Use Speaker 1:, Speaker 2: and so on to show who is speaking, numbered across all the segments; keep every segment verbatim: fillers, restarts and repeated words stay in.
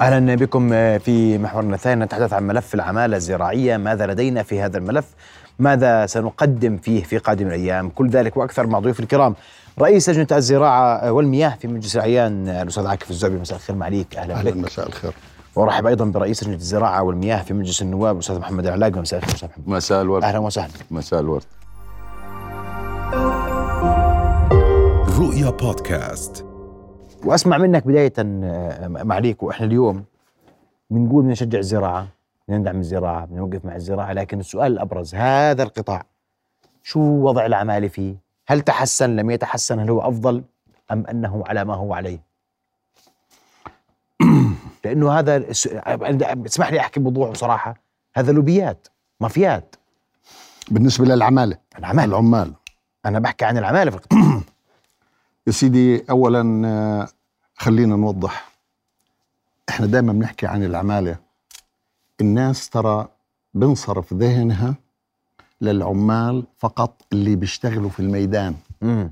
Speaker 1: أهلا بكم في محورنا الثاني. نتحدث عن ملف العمالة الزراعية، ماذا لدينا في هذا الملف، ماذا سنقدم فيه في قادم الأيام، كل ذلك وأكثر مع ضيوف الكرام. رئيس لجنة الزراعة والمياه في مجلس الأعيان الأستاذ عاكف الزعبي، مساء الخير معليك. أهلا,
Speaker 2: أهلا
Speaker 1: بك.
Speaker 2: مساء الخير.
Speaker 1: ورحب أيضا برئيس لجنة الزراعة والمياه في مجلس النواب الأستاذ محمد العلاقة. مساء الخير أستاذ محمد.
Speaker 2: مساء الورد.
Speaker 1: أهلا وسهلا.
Speaker 2: مساء الورد.
Speaker 3: رؤيا بودكاست.
Speaker 1: وأسمع منك بداية معليك، وإحنا اليوم بنقول بنشجع الزراعة، بندعم الزراعة، بنوقف مع الزراعة، لكن السؤال الأبرز هذا القطاع شو وضع العمالة فيه؟ هل تحسن؟ لم يتحسن؟ هل هو أفضل أم أنه على ما هو عليه؟ لأنه هذا اسمح لي أحكي بوضوح وصراحة، هذا لوبيات مافيات
Speaker 2: بالنسبة للعمالة
Speaker 1: العمالة.
Speaker 2: العمال
Speaker 1: أنا بحكي عن العمالة في القطاع.
Speaker 2: يا سيدي، أولا خلينا نوضح، إحنا دائما بنحكي عن العمالة، الناس ترى بنصرف ذهنها للعمال فقط اللي بيشتغلوا في الميدان.
Speaker 1: مم.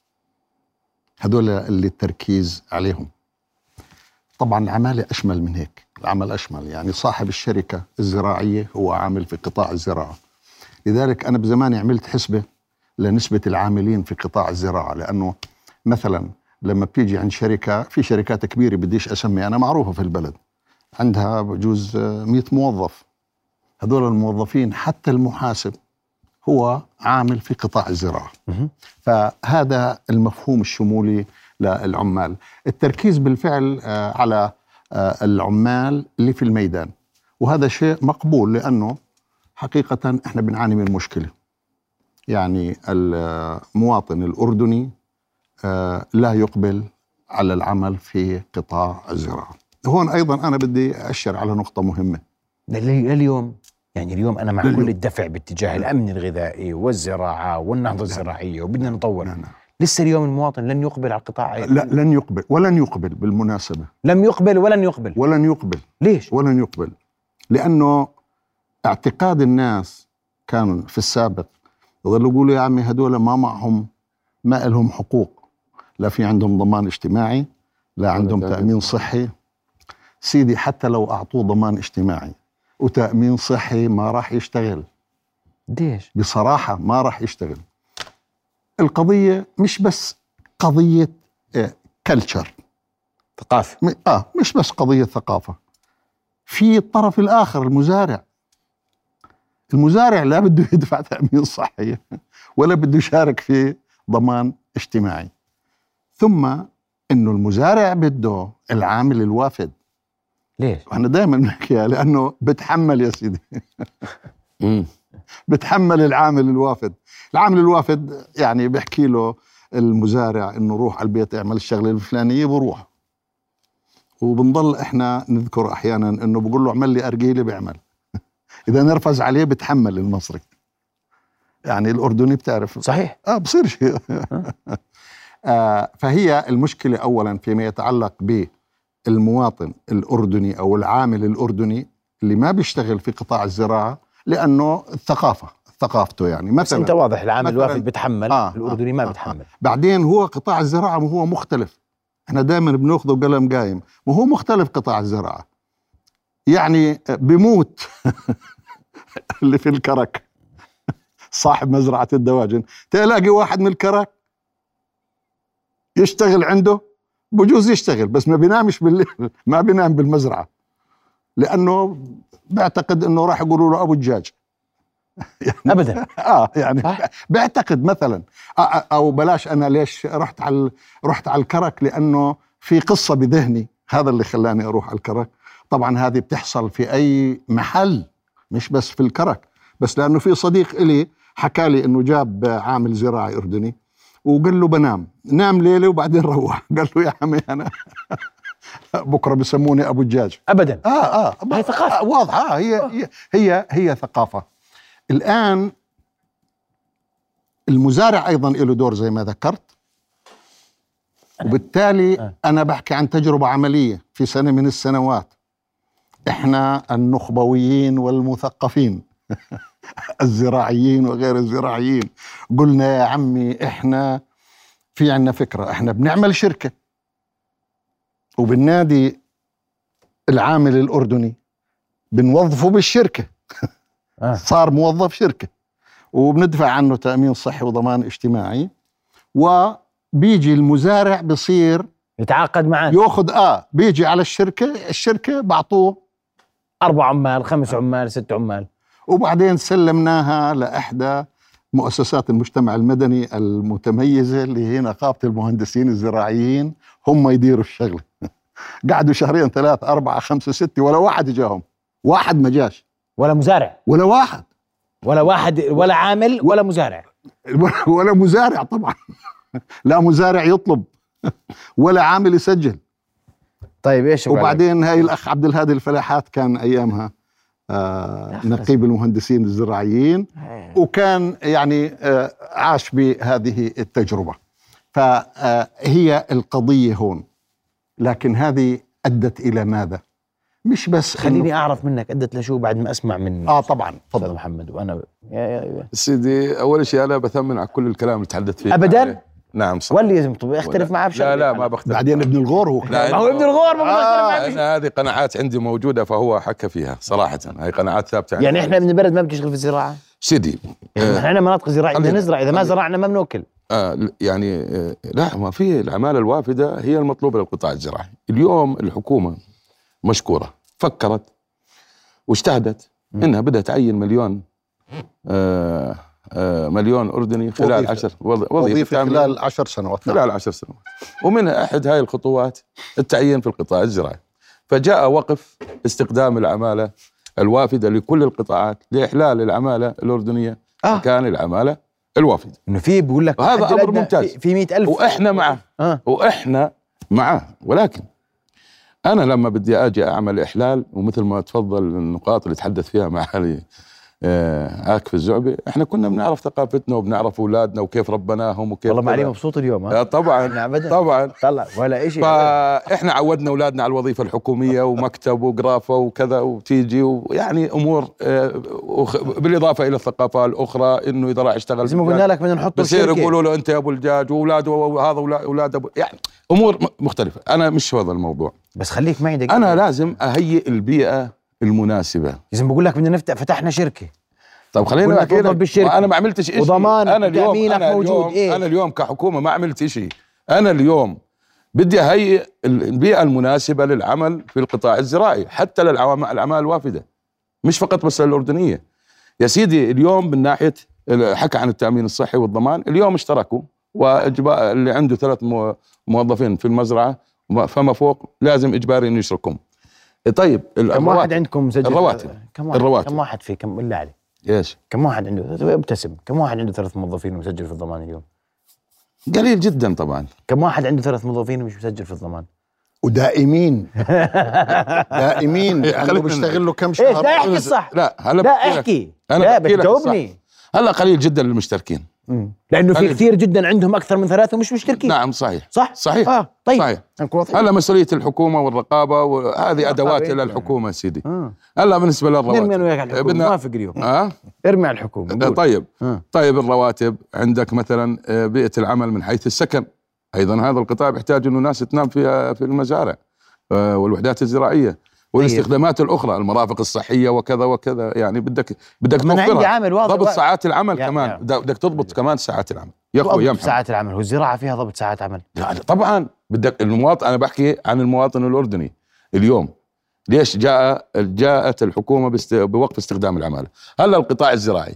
Speaker 2: هدول اللي التركيز عليهم. طبعا العمالة أشمل من هيك، العمل أشمل، يعني صاحب الشركة الزراعية هو عامل في قطاع الزراعة. لذلك أنا بزماني عملت حسبة لنسبة العاملين في قطاع الزراعة، لأنه مثلا لما بتيجي عند شركة، في شركات كبيرة بديش أسمي أنا، معروفة في البلد، عندها بجوز مئة موظف، هذول الموظفين حتى المحاسب هو عامل في قطاع الزراعة. فهذا المفهوم الشمولي للعمال. التركيز بالفعل على العمال اللي في الميدان، وهذا شيء مقبول، لأنه حقيقة احنا بنعاني من مشكلة. يعني المواطن الأردني لا يقبل على العمل في قطاع الزراعة. هون أيضا أنا بدي أشير على نقطة مهمة.
Speaker 1: لليوم يعني اليوم أنا مع
Speaker 2: لليوم.
Speaker 1: كل الدفع باتجاه الأمن الغذائي والزراعة والنهضة الزراعية وبدنا نطور،
Speaker 2: لا لا.
Speaker 1: لسه اليوم المواطن لن يقبل على القطاع.
Speaker 2: لا، لن يقبل ولن يقبل. بالمناسبة
Speaker 1: لم يقبل ولن يقبل.
Speaker 2: ولن يقبل.
Speaker 1: ليش؟
Speaker 2: ولن يقبل لأنه اعتقاد الناس كان في السابق يظلوا يقولوا يا عمي هدول ما معهم، ما لهم حقوق، لا في عندهم ضمان اجتماعي، لا عندهم تأمين صحي. سيدي، حتى لو أعطوه ضمان اجتماعي وتأمين صحي ما راح يشتغل.
Speaker 1: ليش؟
Speaker 2: بصراحة ما راح يشتغل. القضية مش بس قضية كلتشر،
Speaker 1: ثقافة.
Speaker 2: آه مش بس قضية ثقافة. في الطرف الآخر المزارع، المزارع لا بده يدفع تأمين صحي ولا بده يشارك في ضمان اجتماعي. ثم إنه المزارع بده العامل الوافد.
Speaker 1: ليش؟
Speaker 2: احنا دائما بنحكيها لأنه بتحمل يا سيدي بتحمل العامل الوافد. العامل الوافد يعني بيحكي له المزارع إنه روح على البيت اعمل الشغلة الفلانية، بروح. وبنضل احنا نذكر أحيانا إنه بقول له اعمل لي أرجيلة، بيعمل. إذا نرفز عليه بتحمل المصري، يعني الأردني بتعرف.
Speaker 1: صحيح.
Speaker 2: آه بصير شيء آه فهي المشكلة أولا فيما يتعلق بالمواطن الأردني أو العامل الأردني اللي ما بيشتغل في قطاع الزراعة، لأنه الثقافة ثقافته. يعني مثلا
Speaker 1: انت واضح العامل الوافد بتحمل،
Speaker 2: آه
Speaker 1: الأردني ما
Speaker 2: آه
Speaker 1: بتحمل.
Speaker 2: آه بعدين هو قطاع الزراعة وهو مختلف، احنا دائما بناخذه قلم قايم، وهو مختلف قطاع الزراعة. يعني بموت اللي في الكرك صاحب مزرعة الدواجن، تلاقي واحد من الكرك يشتغل عنده، بجوز يشتغل بس ما بينامش بالليل، ما بينام بالمزرعة، لأنه بيعتقد أنه راح يقولوا له أبو الدجاج يعني
Speaker 1: أبدا.
Speaker 2: آه يعني بيعتقد مثلا آه أو بلاش، أنا ليش رحت على رحت على الكرك؟ لأنه في قصة بذهني، هذا اللي خلاني أروح على الكرك. طبعا هذه بتحصل في أي محل، مش بس في الكرك، بس لأنه في صديق إلي حكى لي إنه جاب عامل زراعي أردني وقال له بنام، نام ليلة وبعدين روح. قال له يا عمي أنا بكرة بسموني أبو الدجاج.
Speaker 1: أبدا.
Speaker 2: آه آه
Speaker 1: هي ثقافة.
Speaker 2: آه واضحة. هي, هي هي هي ثقافة. الآن المزارع أيضا له دور زي ما ذكرت، وبالتالي أنا بحكي عن تجربة عملية في سنة من السنوات. إحنا النخبويين والمثقفين الزراعيين وغير الزراعيين قلنا يا عمي إحنا في عنا فكرة، إحنا بنعمل شركة وبالنادي العامل الأردني بنوظفه بالشركة
Speaker 1: آه.
Speaker 2: صار موظف شركة، وبندفع عنه تأمين صحي وضمان اجتماعي، وبيجي المزارع بصير
Speaker 1: يتعاقد معك،
Speaker 2: ياخذ اه بيجي على الشركة، الشركة بعطوه
Speaker 1: أربع عمال، خمس عمال، ست عمال.
Speaker 2: وبعدين سلمناها لإحدى مؤسسات المجتمع المدني المتميزة اللي هي نقابة المهندسين الزراعيين، هم يديروا الشغلة. قعدوا شهرين ثلاث أربعة خمسة ستة ولا واحد جاهم، واحد ما جاش،
Speaker 1: ولا مزارع،
Speaker 2: ولا واحد،
Speaker 1: ولا واحد، ولا عامل، ولا مزارع،
Speaker 2: ولا مزارع طبعا. لا مزارع يطلب ولا عامل يسجل.
Speaker 1: طيب ايش؟
Speaker 2: وبعدين هاي الأخ عبد الهادي الفلاحات كان أيامها آه نقيب المهندسين الزراعيين، وكان يعني آه عاش بهذه التجربة. فهي القضية هون، لكن هذه أدت إلى ماذا؟ مش بس
Speaker 1: خليني أعرف منك أدت لشو بعد ما أسمع من
Speaker 2: آه طبعا
Speaker 1: تفضل محمد. وأنا يا يا
Speaker 4: سيدي أول شيء أنا بثمن على كل الكلام اللي تحدث فيه
Speaker 1: أبدا.
Speaker 4: نعم صح.
Speaker 1: واللي لازم أختلف معاه بشيء.
Speaker 4: لا لا ما بختلف.
Speaker 2: بعدين ابن الغور هو
Speaker 1: ما هو ابن الغور ما
Speaker 4: آه أنا هذه قناعات عندي موجودة، فهو حكى فيها صراحة، هاي قناعات ثابتة.
Speaker 1: يعني إحنا ابن البلد ما بتشتغل في الزراعة
Speaker 4: سيدي،
Speaker 1: يعني إحنا آه مناطق زراعية بدنا نزرع، إذا ما زرعنا ما بناكل.
Speaker 4: آه يعني آه لا، ما في العمالة الوافدة هي المطلوبة للقطاع الزراعي. اليوم الحكومة مشكورة فكرت واجتهدت انها بدها تعين مليون آه آه مليون اردني خلال وظيفة. عشر
Speaker 2: وظيفة, وظيفة خلال عشر سنوات
Speaker 4: خلال عشر سنوات، ومنها احد هاي الخطوات التعيين في القطاع الزراعي. فجاء وقف استخدام العمالة الوافدة لكل القطاعات لإحلال العمالة الأردنية آه. مكان العمالة الوافدة.
Speaker 1: إنه في بقول لك
Speaker 4: هذا أمر ممتاز
Speaker 1: في مئة ألف،
Speaker 4: وإحنا معه آه. وإحنا معه. ولكن أنا لما بدي أجي أعمل إحلال، ومثل ما تفضل النقاط اللي تحدث فيها معالي عاكف الزعبي، إحنا كنا بنعرف ثقافتنا وبنعرف أولادنا وكيف ربناهم وكيف.
Speaker 1: والله معلي مبسوط اليوم. ها
Speaker 4: طبعا طبعا
Speaker 1: طلع ولا إشي.
Speaker 4: فإحنا عودنا أولادنا على الوظيفة الحكومية ومكتب وقرافة وكذا وتيجي، ويعني أمور بالإضافة إلى الثقافة الأخرى، إنه إذا راح يشتغل
Speaker 1: زي ما قلنا لك بدنا نحط
Speaker 4: بصير يقولوا له أنت يا أبو الدجاج وأولاده وهذا أولاد أبو، يعني أمور مختلفة. أنا مش هذا الموضوع،
Speaker 1: بس خليك معي دقيقة.
Speaker 4: أنا لازم أهيئ البيئة المناسبة.
Speaker 1: لازم بقول لك بدنا نفتح، فتحنا شركة.
Speaker 4: طب خلينا احكي لك، انا ما عملتش شيء،
Speaker 1: وضمان
Speaker 4: انا اليوم أنا
Speaker 1: موجود.
Speaker 4: اليوم
Speaker 1: إيه؟
Speaker 4: انا اليوم كحكومة ما عملت شيء. انا اليوم بدي اهيئ البيئة المناسبة للعمل في القطاع الزراعي حتى للعمال الوافدة، مش فقط بس الأردنية. يا سيدي اليوم من ناحية حكى عن التأمين الصحي والضمان، اليوم اشتركوا، واجباء اللي عنده ثلاث موظفين في المزرعة فما فوق لازم اجباري انه يشركهم. طيب
Speaker 1: كم واحد عندكم مسجل؟
Speaker 4: الرواتب.
Speaker 1: كم واحد؟
Speaker 4: الرواتب.
Speaker 1: كم واحد في كم بالله عليك؟
Speaker 4: ايش؟
Speaker 1: كم واحد عنده؟ ابتسم. كم واحد عنده ثلاث موظفين ومسجل في الضمان اليوم؟
Speaker 4: قليل جدا طبعا.
Speaker 1: كم واحد عنده ثلاث موظفين ومش مسجل في الضمان؟
Speaker 2: ودائمين دائمين لانه بيشتغلوا كم شهر.
Speaker 1: ايش لا احكي الصح.
Speaker 4: لا هلا
Speaker 1: لا احكي.
Speaker 4: أنا
Speaker 1: لا بتجاوبني.
Speaker 4: هلا قليل جدا المشتركين،
Speaker 1: مم. لانه في كثير جدا عندهم اكثر من ثلاثه ومش مشتركين.
Speaker 4: نعم صحيح
Speaker 1: صح
Speaker 4: صحيح
Speaker 1: اه طيب
Speaker 4: صحيح. هلا مسؤوليه الحكومه والرقابه وهذه ادوات الى الحكومه سيدي.
Speaker 1: آه.
Speaker 4: هلا بالنسبه للرواتب
Speaker 1: نرمي انا وياك على الحكومه،
Speaker 4: بدنا
Speaker 1: موافق اليوم.
Speaker 4: اه
Speaker 1: ارمي على الحكومه.
Speaker 4: قول. طيب
Speaker 1: آه.
Speaker 4: طيب الرواتب عندك مثلا بيئه العمل من حيث السكن، ايضا هذا القطاع بيحتاج انه ناس تنام فيها في المزارع والوحدات الزراعيه والاستخدامات الاخرى، المرافق الصحيه وكذا وكذا. يعني بدك بدك توفرها. ضبط ساعات العمل يعني كمان يعني بدك تضبط كمان ساعات العمل يا اخوي يا محمد.
Speaker 1: ساعات العمل والزراعه فيها ضبط ساعات عمل.
Speaker 4: لا طبعا بدك المواطن، انا بحكي عن المواطن الاردني اليوم. ليش جاء جاءت الحكومه بست... بوقف استخدام العماله؟ هلا القطاع الزراعي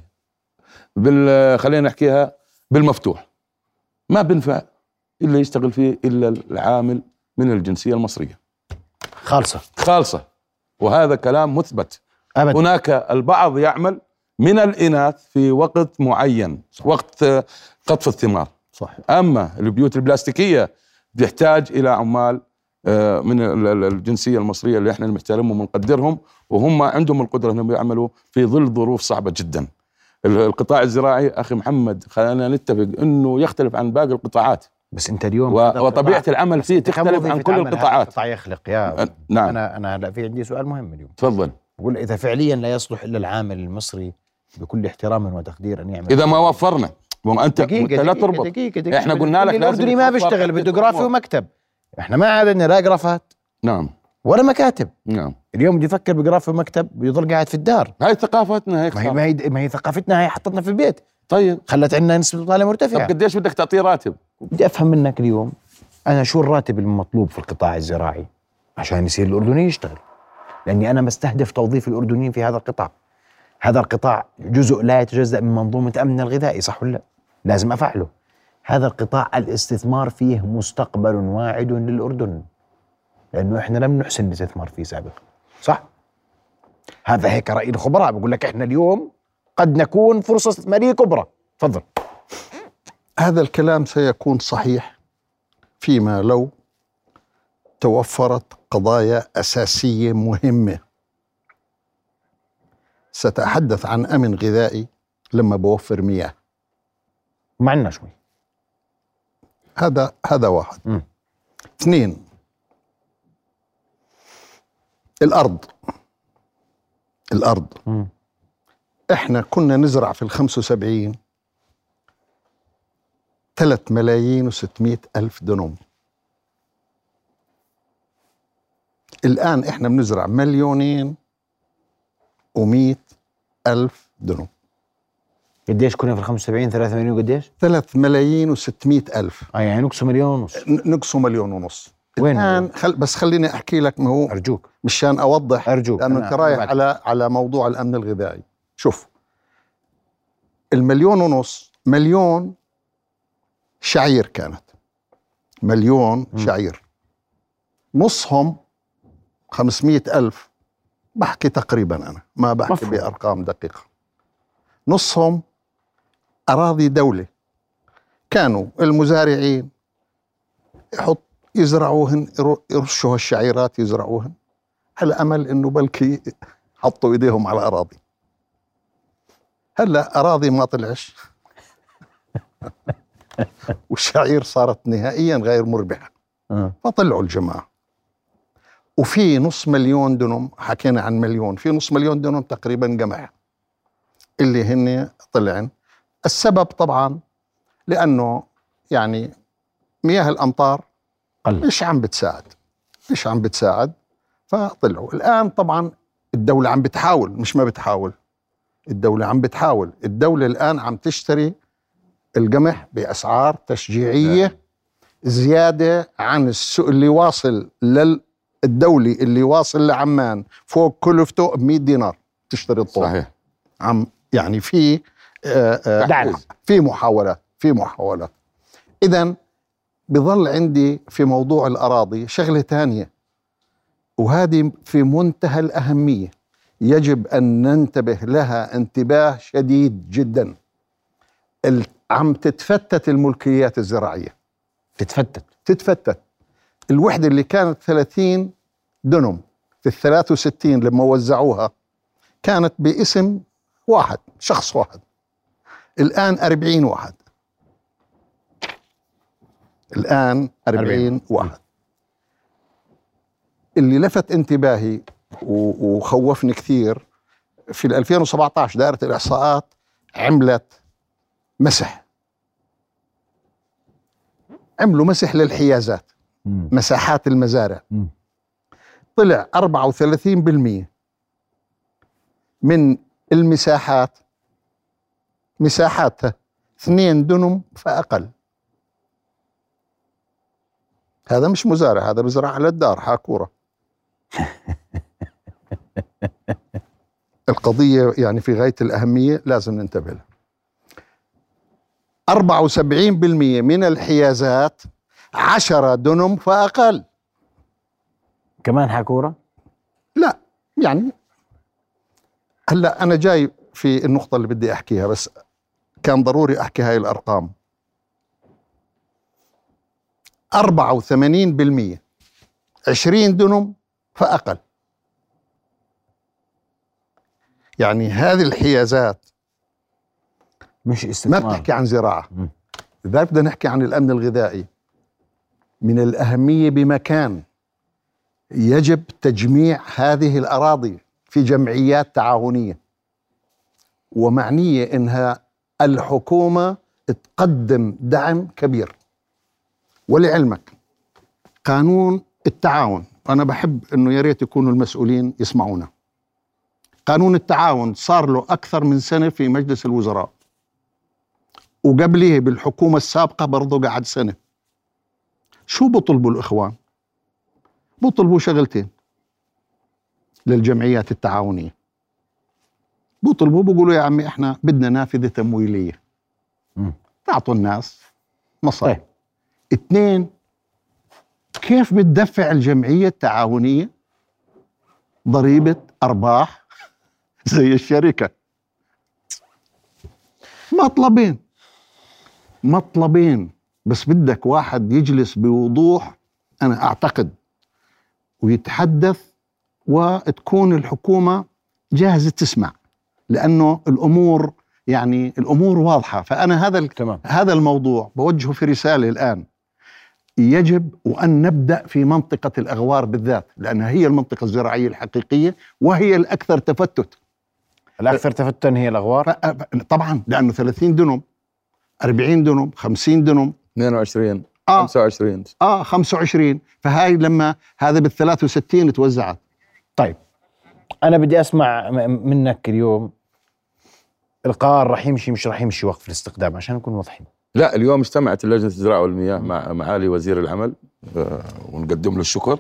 Speaker 4: بال خلينا نحكيها بالمفتوح ما بنفع الا يشتغل فيه الا العامل من الجنسيه المصريه
Speaker 1: خالصة
Speaker 4: خالصة، وهذا كلام مثبت أبدا. هناك البعض يعمل من الإناث في وقت معين، وقت قطف الثمار
Speaker 1: صح.
Speaker 4: أما البيوت البلاستيكية بيحتاج إلى عمال من الجنسية المصرية اللي احنا نحترمهم ونقدرهم، وهم عندهم القدرة انهم يعملوا في ظل ظروف صعبة جدا. القطاع الزراعي أخي محمد خلينا نتفق أنه يختلف عن باقي القطاعات،
Speaker 1: بس انت اليوم
Speaker 4: وطبيعة العمل فيه تختلف عن كل القطاعات.
Speaker 1: القطاع يخلق يا
Speaker 4: نعم.
Speaker 1: انا انا هلا في عندي سؤال مهم اليوم.
Speaker 4: تفضل.
Speaker 1: بقول اذا فعليا لا يصلح الا العامل المصري بكل احترام وتقدير ان يعمل،
Speaker 4: اذا ما وفرنا انت
Speaker 1: دقيقة
Speaker 4: لا
Speaker 1: دقيقة
Speaker 4: تربط.
Speaker 1: دقيقة دقيقة
Speaker 4: احنا قلنا لك
Speaker 1: الاردني ما بيشتغل بده جرافي ومكتب، احنا ما عندنا لا جرافات
Speaker 4: نعم
Speaker 1: ولا مكاتب.
Speaker 4: نعم.
Speaker 1: اليوم بده يفكر بقراه في مكتب بيضل قاعد في الدار.
Speaker 4: هاي ثقافتنا، هي
Speaker 1: ما هي ما هي, ما هي ثقافتنا، هي حطتنا في البيت.
Speaker 4: طيب
Speaker 1: خلت عندنا نسبة بطالة مرتفعة.
Speaker 4: طب قديش بدك تعطيه راتب؟
Speaker 1: بدي افهم منك اليوم انا شو الراتب المطلوب في القطاع الزراعي عشان يصير الاردني يشتغل، لاني انا مستهدف توظيف الاردنيين في هذا القطاع. هذا القطاع جزء لا يتجزأ من منظومة امن الغذائي، صح ولا لا؟ لازم افعله. هذا القطاع الاستثمار فيه مستقبل واعد للاردن، لانه احنا لم نحسن الاستثمار فيه سابقا، صح؟ هذا هيك رأي الخبراء، بقول لك احنا اليوم قد نكون فرصة استثمارية كبرى. تفضل.
Speaker 2: هذا الكلام سيكون صحيح فيما لو توفرت قضايا أساسية مهمة. سأتحدث عن أمن غذائي لما بوفر مياه.
Speaker 1: معنا شوي.
Speaker 2: هذا هذا واحد.
Speaker 1: م.
Speaker 2: اثنين، الأرض الأرض
Speaker 1: م.
Speaker 2: إحنا كنا نزرع في الخمسة وسبعين ثلاث ملايين وستمائة ألف دنم. الآن إحنا بنزرع مليونين ومئة ألف دنم.
Speaker 1: قديش كنا في الخمسة وسبعين؟ ثلاثة مليون قديش؟
Speaker 2: ثلاث ملايين وستمائة ألف.
Speaker 1: آه يعني نقصوا مليون ونص.
Speaker 2: نقصوا مليون ونص.
Speaker 1: وين
Speaker 2: الآن خل بس خليني أحكي لك، ما هو
Speaker 1: أرجوك
Speaker 2: مشان أوضح،
Speaker 1: أرجوك
Speaker 2: لأنه أنت رايح على على موضوع الأمن الغذائي. شوف، المليون ونص مليون شعير، كانت مليون م. شعير، نصهم خمسمائة ألف. بحكي تقريبا، أنا ما بحكي مفهوم. بأرقام دقيقة. نصهم أراضي دولة، كانوا المزارعين يحط يزرعوهن، يرشوا الشعيرات يزرعوهن على أمل إنه بلكي حطوا إيديهم على أراضي. هلا أراضي ما طلعش والشعير صارت نهائيا غير مربحة، فطلعوا الجماعة. وفي نص مليون دنم، حكينا عن مليون، في نص مليون دنم تقريبا قمح اللي هن طلعن. السبب طبعا لأنه يعني مياه الأمطار قل. مش عم بتساعد مش عم بتساعد فطلعوا. الآن طبعا الدولة عم بتحاول، مش ما بتحاول، الدولة عم بتحاول. الدولة الآن عم تشتري القمح بأسعار تشجيعية زيادة عن السوق اللي واصل للدولي، اللي واصل لعمان فوق كلفته بمئة دينار تشتري الطن.
Speaker 4: صحيح.
Speaker 2: عم يعني في آآ آآ في محاولات في محاولات إذن بظل عندي في موضوع الأراضي شغلة تانية، وهذه في منتهى الأهمية، يجب أن ننتبه لها انتباه شديد جدا. عم تتفتت الملكيات الزراعية،
Speaker 1: تتفتت
Speaker 2: تتفتت. الوحدة اللي كانت ثلاثين دنم في الثلاث وستين لما وزعوها كانت باسم واحد، شخص واحد. الآن أربعين واحد، الآن أربعين واحد. اللي لفت انتباهي وخوفني كثير في ألفين وسبعة عشر دائرة الإحصاءات عملت مسح، عملوا مسح للحيازات، م. مساحات المزارع، م. طلع أربعة وثلاثين بالمئة من المساحات مساحاتها اثنين دنم فأقل. هذا مش مزارع، هذا بزرع على الدار حاكورة. القضية يعني في غاية الأهمية، لازم ننتبه لها. أربعة وسبعين بالمئة من الحيازات عشرة دنم فأقل.
Speaker 1: كمان حاكورة؟
Speaker 2: لا يعني هلا أنا جاي في النقطة اللي بدي أحكيها، بس كان ضروري أحكي هاي الأرقام. أربعة وثمانين بالمئة عشرين دنم فأقل. يعني هذه الحيازات
Speaker 1: مش استثمار،
Speaker 2: ما بتحكي عن زراعة. لذلك بدنا نحكي عن الأمن الغذائي. من الأهمية بمكان يجب تجميع هذه الأراضي في جمعيات تعاونية، ومعنية إنها الحكومة تقدم دعم كبير. ولعلمك قانون التعاون، أنا بحب أنه يا ريت يكونوا المسؤولين يسمعونا. قانون التعاون صار له أكثر من سنة في مجلس الوزراء، وقبله بالحكومة السابقة برضه قعد سنة. شو بطلبوا الإخوان؟ بطلبوا شغلتين للجمعيات التعاونية. بطلبوا بقولوا يا عمي إحنا بدنا نافذة تمويلية تعطوا الناس مصاري.
Speaker 1: طيب.
Speaker 2: اثنين، كيف بتدفع الجمعية التعاونية ضريبة أرباح زي الشركة؟ مطلبين مطلبين بس بدك واحد يجلس بوضوح أنا أعتقد ويتحدث، وتكون الحكومة جاهزة تسمع، لأنه الأمور يعني الأمور واضحة. فأنا هذا
Speaker 1: تمام.
Speaker 2: هذا الموضوع بوجهه في رسالة الآن. يجب وأن نبدأ في منطقة الأغوار بالذات، لأنها هي المنطقة الزراعية الحقيقية وهي الأكثر تفتت.
Speaker 1: الأكثر تفتتا هي الأغوار
Speaker 2: طبعا، لأنه ثلاثين دنم، أربعين دنم، خمسين دنم،
Speaker 4: اثنين وعشرين،
Speaker 2: آه
Speaker 4: خمسة وعشرين،
Speaker 2: آه خمسة وعشرين. فهاي لما هذا بالثلاث وستين توزعت.
Speaker 1: طيب أنا بدي أسمع منك اليوم، القرار رح يمشي مش رح يمشي وقف الاستخدام عشان نكون واضحين؟
Speaker 4: لا، اليوم اجتمعت لجنة الزراعة والمياه مع معالي وزير العمل، آه، ونقدم له الشكر،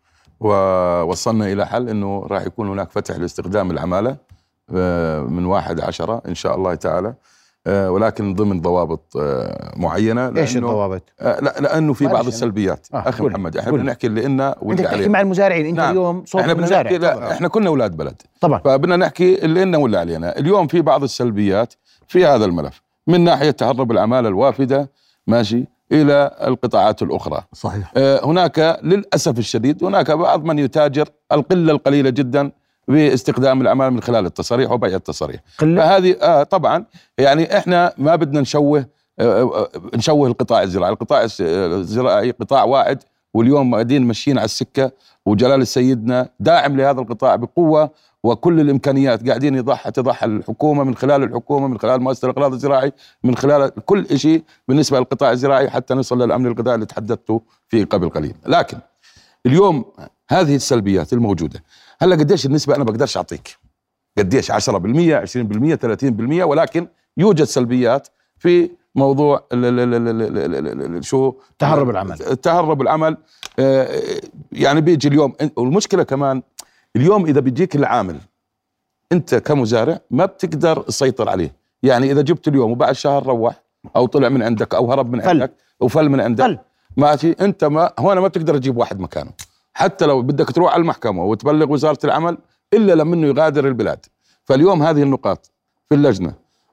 Speaker 4: ووصلنا إلى حل إنه راح يكون هناك فتح لاستخدام العمالة آه، من واحد عشرة إن شاء الله تعالى، آه، ولكن ضمن ضوابط آه، معينة.
Speaker 1: إيش الضوابط؟
Speaker 4: آه، لا لأنه في بعض السلبيات.
Speaker 1: آه
Speaker 4: أخي
Speaker 1: قول.
Speaker 4: محمد، إحنا
Speaker 1: قول.
Speaker 4: بدنا نحكي اللي إلنا
Speaker 1: أنت
Speaker 4: واللي
Speaker 1: بتحكي
Speaker 4: علينا
Speaker 1: مع المزارعين، أنت
Speaker 4: نعم.
Speaker 1: اليوم صوت
Speaker 4: إحنا بدنا
Speaker 1: المزارع.
Speaker 4: نحكي، لا إحنا كنا أولاد بلد
Speaker 1: طبعا،
Speaker 4: فبدنا نحكي اللي إلنا واللي علينا. اليوم في بعض السلبيات في هذا الملف، من ناحية تهرب العمالة الوافدة ماشي إلى القطاعات الأخرى.
Speaker 2: صحيح.
Speaker 4: آه هناك للأسف الشديد هناك بعض من يتاجر القلة القليلة جدا باستخدام العمالة من خلال التصاريح وبيع التصاريح.
Speaker 1: قلة؟
Speaker 4: فهذه آه طبعا يعني إحنا ما بدنا نشوه آه آه نشوه القطاع الزراعي. القطاع الزراعي قطاع واعد، واليوم قاعدين ماشيين على السكة، وجلال السيدنا داعم لهذا القطاع بقوة، وكل الامكانيات قاعدين يضحى تضحى الحكومه من خلال الحكومه من خلال مؤسسه الاقراض الزراعي من خلال كل شيء بالنسبه للقطاع الزراعي حتى نصل للامن الغذائي اللي تحدثت فيه قبل قليل. لكن اليوم هذه السلبيات الموجوده، هلا قديش النسبه انا بقدرش اعطيك قديش، عشرة بالمئة عشرين بالمئة ثلاثين بالمئة، ولكن يوجد سلبيات في موضوع ال ال ال ال شو
Speaker 1: تهرب العمل.
Speaker 4: تهرب العمل يعني بيجي اليوم. والمشكله كمان اليوم إذا بيجيك العامل أنت كمزارع ما بتقدر تسيطر عليه. يعني إذا جبت اليوم وبعد شهر روح أو طلع من عندك أو هرب من
Speaker 1: فل.
Speaker 4: عندك وفل من عندك
Speaker 1: فل.
Speaker 4: ماشي، أنت ما هون ما بتقدر تجيب واحد مكانه، حتى لو بدك تروح على المحكمة وتبلغ وزارة العمل إلا لما يغادر البلاد. فاليوم هذه النقاط في اللجنة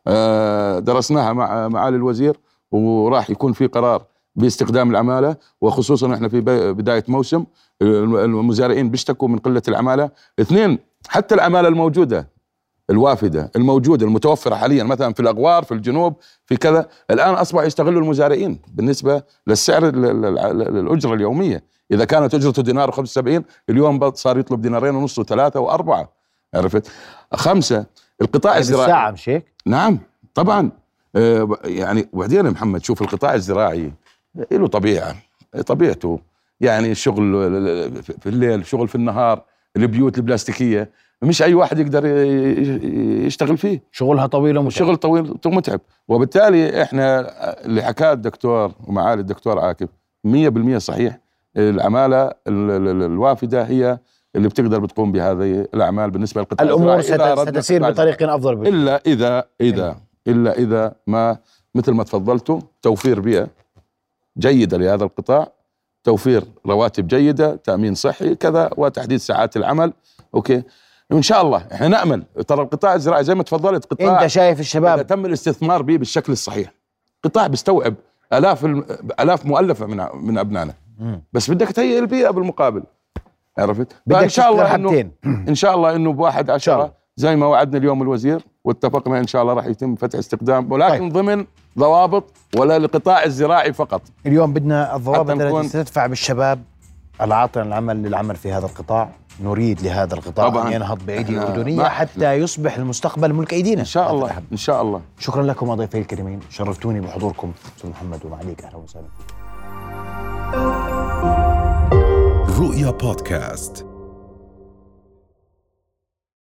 Speaker 4: درسناها مع معالي الوزير، وراح يكون في قرار باستخدام العمالة، وخصوصا احنا في بداية موسم المزارعين بيشتكوا من قلة العمالة. اثنين، حتى العمالة الموجودة الوافدة الموجودة المتوفرة حاليا مثلا في الأغوار في الجنوب في كذا، الآن أصبح يستغلوا المزارعين بالنسبة للسعر الأجرة اليومية. إذا كانت أجرته دينار وخمسة وسبعين، اليوم صار يطلب دينارين ونص وثلاثة وأربعة. عرفت؟ خمسة، القطاع الزراعي
Speaker 1: الساعة مش هيك؟
Speaker 4: نعم طبعا. آه يعني وبعدين يا محمد شوف، القطاع الزراعي له طبيعة، طبيعته يعني الشغل في الليل، شغل في النهار، البيوت البلاستيكية مش أي واحد يقدر يشتغل فيه،
Speaker 1: شغلها طويل ومتعب.
Speaker 4: شغل طويل ومتعب. وبالتالي احنا اللي حكاه الدكتور ومعالي الدكتور عاكف مية بالمية صحيح، العمالة الوافدة هي اللي بتقدر بتقوم بهذه الأعمال بالنسبة للقطاع
Speaker 1: الأمور
Speaker 4: الزراعي.
Speaker 1: ستسير بطريق أفضل بكثير.
Speaker 4: إلا إذا إذا إلا إذا ما مثل ما تفضلتوا توفير بيئة جيدة لهذا القطاع، توفير رواتب جيدة، تأمين صحي كذا، وتحديد ساعات العمل. أوكي وإن شاء الله إحنا نأمل. ترى القطاع الزراعي زي ما تفضلت قطاع
Speaker 1: أنت شايف الشباب
Speaker 4: إذا تم الاستثمار به بالشكل الصحيح، قطاع بيستوعب آلاف الم... آلاف مؤلفة من من أبنائنا، بس بدك تهيئ البيئة بالمقابل. عرفت؟ فإن شاء الله إنه إن شاء الله إنه بواحد عشرة زي ما وعدنا اليوم الوزير واتفقنا إن شاء الله راح يتم فتح استخدام، ولكن طيب. ضمن ضوابط ولا للقطاع الزراعي فقط.
Speaker 1: اليوم بدنا الضوابط التي ستدفع بالشباب العاطل العمل للعمل في هذا القطاع. نريد لهذا القطاع
Speaker 4: طبعاً.
Speaker 1: أن ينهض بأيدي أردنية حتى يصبح المستقبل ملك أيدينا
Speaker 4: إن شاء الله. إن شاء الله.
Speaker 1: شكرا لكم ضيفي الكريمين، شرفتوني بحضوركم أستاذ محمد ومعاليك. أهلا وسهلا.
Speaker 3: رؤيا بودكاست.